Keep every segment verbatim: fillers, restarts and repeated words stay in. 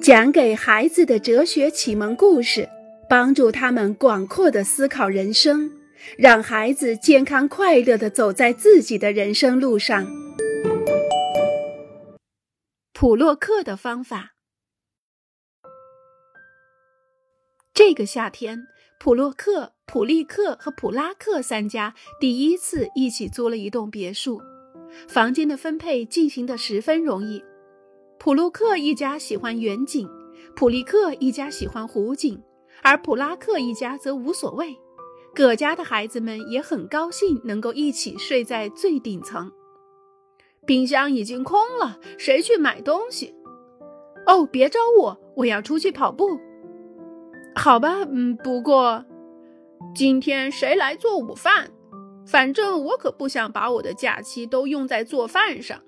讲给孩子的哲学启蒙故事，帮助他们广阔地思考人生，让孩子健康快乐地走在自己的人生路上。普洛克的方法。这个夏天，普洛克、普利克和普拉克三家第一次一起租了一栋别墅，房间的分配进行得十分容易。普洛克一家喜欢远景，普利克一家喜欢湖景，而普拉克一家则无所谓。各家的孩子们也很高兴能够一起睡在最顶层。冰箱已经空了，谁去买东西？哦，别找我，我要出去跑步。好吧，嗯，不过今天谁来做午饭？反正我可不想把我的假期都用在做饭上。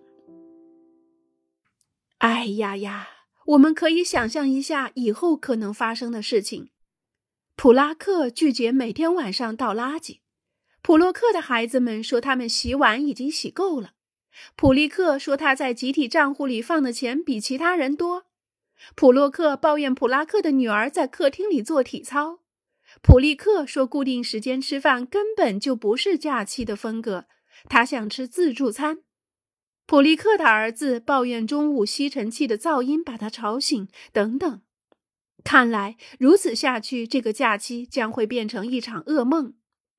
哎呀呀，我们可以想象一下以后可能发生的事情。普拉克拒绝每天晚上倒垃圾。普洛克的孩子们说他们洗碗已经洗够了。普利克说他在集体账户里放的钱比其他人多。普洛克抱怨普拉克的女儿在客厅里做体操。普利克说固定时间吃饭根本就不是假期的风格，他想吃自助餐。普利克的儿子抱怨中午吸尘器的噪音把他吵醒，等等。看来如此下去，这个假期将会变成一场噩梦。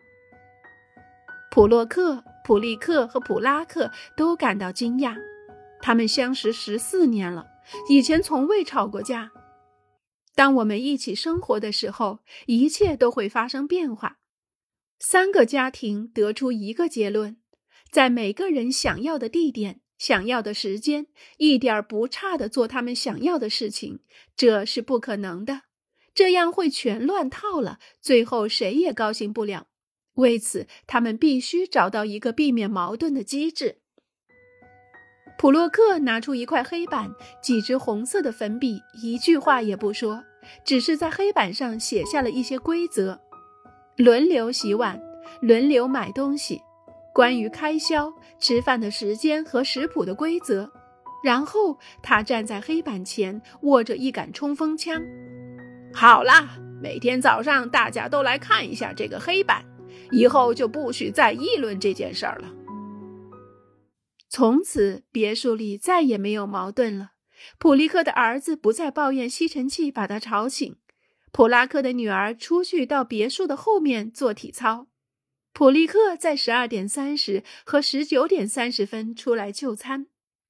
普洛克、普利克和普拉克都感到惊讶，他们相识十四年了，以前从未吵过架。当我们一起生活的时候，一切都会发生变化。三个家庭得出一个结论，在每个人想要的地点、想要的时间，一点不差地做他们想要的事情，这是不可能的。这样会全乱套了，最后谁也高兴不了。为此，他们必须找到一个避免矛盾的机制。普洛克拿出一块黑板，几支红色的粉笔，一句话也不说，只是在黑板上写下了一些规则：轮流洗碗，轮流买东西，关于开销、吃饭的时间和食谱的规则。然后他站在黑板前，握着一杆冲锋枪。好啦，每天早上大家都来看一下这个黑板，以后就不许再议论这件事儿了。从此，别墅里再也没有矛盾了。普利克的儿子不再抱怨吸尘器把他吵醒。普拉克的女儿出去到别墅的后面做体操。普利克在十二点三十和十九点三十分出来就餐。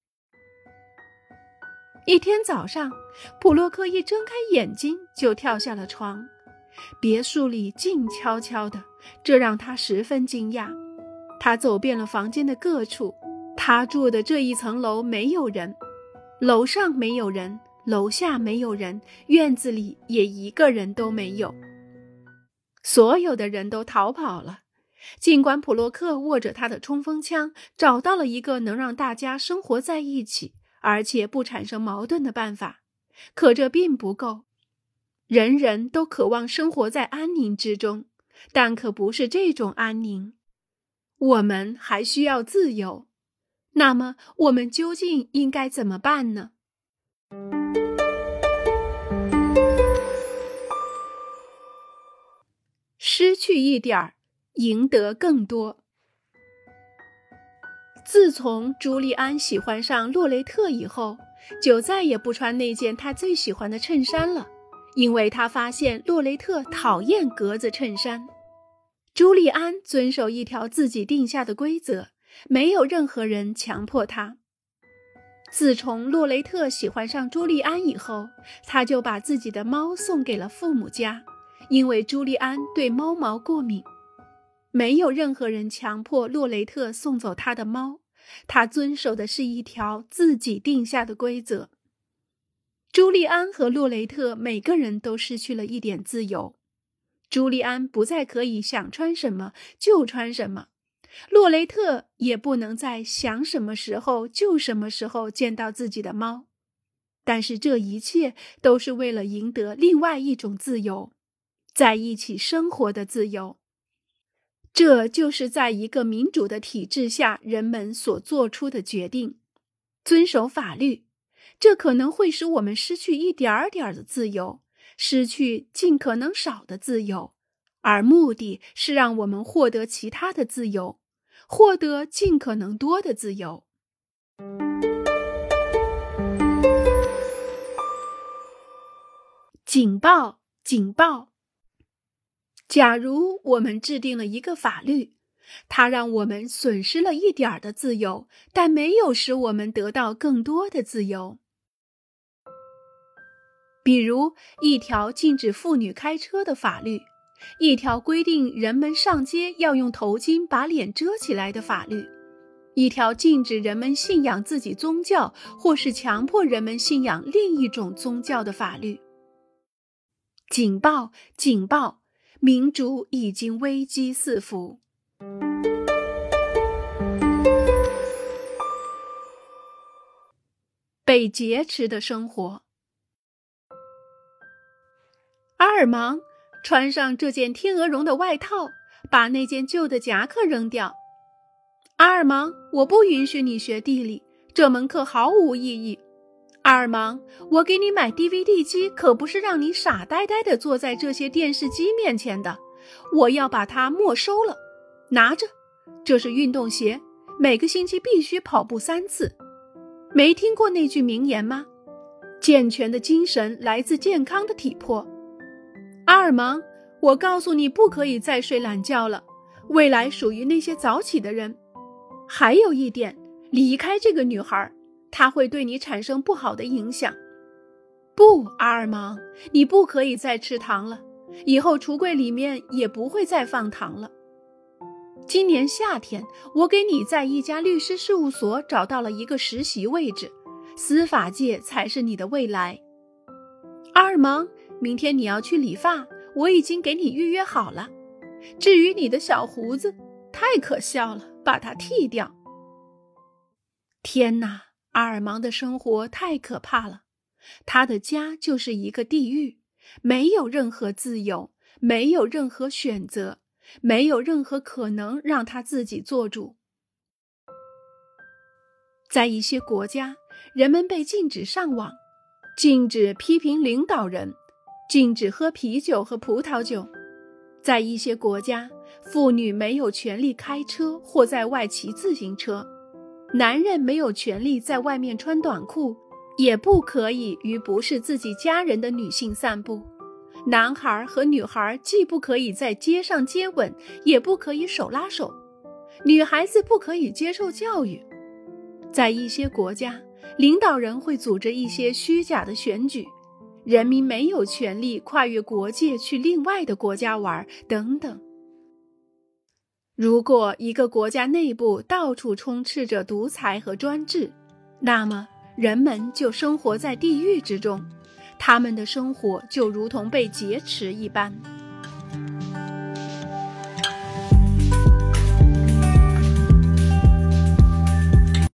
一天早上，普洛克一睁开眼睛就跳下了床。别墅里静悄悄的，这让他十分惊讶。他走遍了房间的各处，他住的这一层楼没有人，楼上没有人，楼下没有人，院子里也一个人都没有。所有的人都逃跑了。尽管普洛克握着他的冲锋枪，找到了一个能让大家生活在一起，而且不产生矛盾的办法，可这并不够。人人都渴望生活在安宁之中，但可不是这种安宁。我们还需要自由。那么，我们究竟应该怎么办呢？失去一点儿，赢得更多。自从朱利安喜欢上洛雷特以后，就再也不穿那件他最喜欢的衬衫了，因为他发现洛雷特讨厌格子衬衫。朱利安遵守一条自己定下的规则，没有任何人强迫他。自从洛雷特喜欢上朱利安以后，他就把自己的猫送给了父母家，因为朱利安对猫毛过敏。没有任何人强迫洛雷特送走他的猫，他遵守的是一条自己定下的规则。朱利安和洛雷特每个人都失去了一点自由。朱利安不再可以想穿什么就穿什么，洛雷特也不能在想什么时候就什么时候见到自己的猫。但是这一切都是为了赢得另外一种自由，在一起生活的自由。这就是在一个民主的体制下人们所做出的决定。遵守法律， 这可能会使我们失去一点儿点儿的自由，失去尽可能少的自由，而目的是让我们获得其他的自由，获得尽可能多的自由。警报！警报！假如我们制定了一个法律，它让我们损失了一点儿的自由，但没有使我们得到更多的自由。比如一条禁止妇女开车的法律，一条规定人们上街要用头巾把脸遮起来的法律，一条禁止人们信仰自己宗教或是强迫人们信仰另一种宗教的法律。警报！警报！民主已经危机四伏。被劫持的生活。阿尔芒，穿上这件天鹅绒的外套，把那件旧的夹克扔掉。阿尔芒，我不允许你学地理，这门课毫无意义。阿尔芒，我给你买 D V D 机可不是让你傻呆呆地坐在这些电视机面前的，我要把它没收了。拿着，这是运动鞋，每个星期必须跑步三次。没听过那句名言吗？健全的精神来自健康的体魄。阿尔芒，我告诉你不可以再睡懒觉了，未来属于那些早起的人。还有一点，离开这个女孩，她会对你产生不好的影响。不，阿尔芒，你不可以再吃糖了，以后橱柜里面也不会再放糖了。今年夏天，我给你在一家律师事务所找到了一个实习位置，司法界才是你的未来。阿尔芒，明天你要去理发，我已经给你预约好了。至于你的小胡子，太可笑了，把它剃掉。天哪，阿尔芒的生活太可怕了，他的家就是一个地狱，没有任何自由，没有任何选择，没有任何可能让他自己做主。在一些国家，人们被禁止上网，禁止批评领导人，禁止喝啤酒和葡萄酒。在一些国家，妇女没有权利开车或在外骑自行车，男人没有权利在外面穿短裤，也不可以与不是自己家人的女性散步。男孩和女孩既不可以在街上接吻，也不可以手拉手。女孩子不可以接受教育。在一些国家，领导人会组织一些虚假的选举，人民没有权利跨越国界去另外的国家玩，等等。如果一个国家内部到处充斥着独裁和专制，那么人们就生活在地狱之中，他们的生活就如同被劫持一般。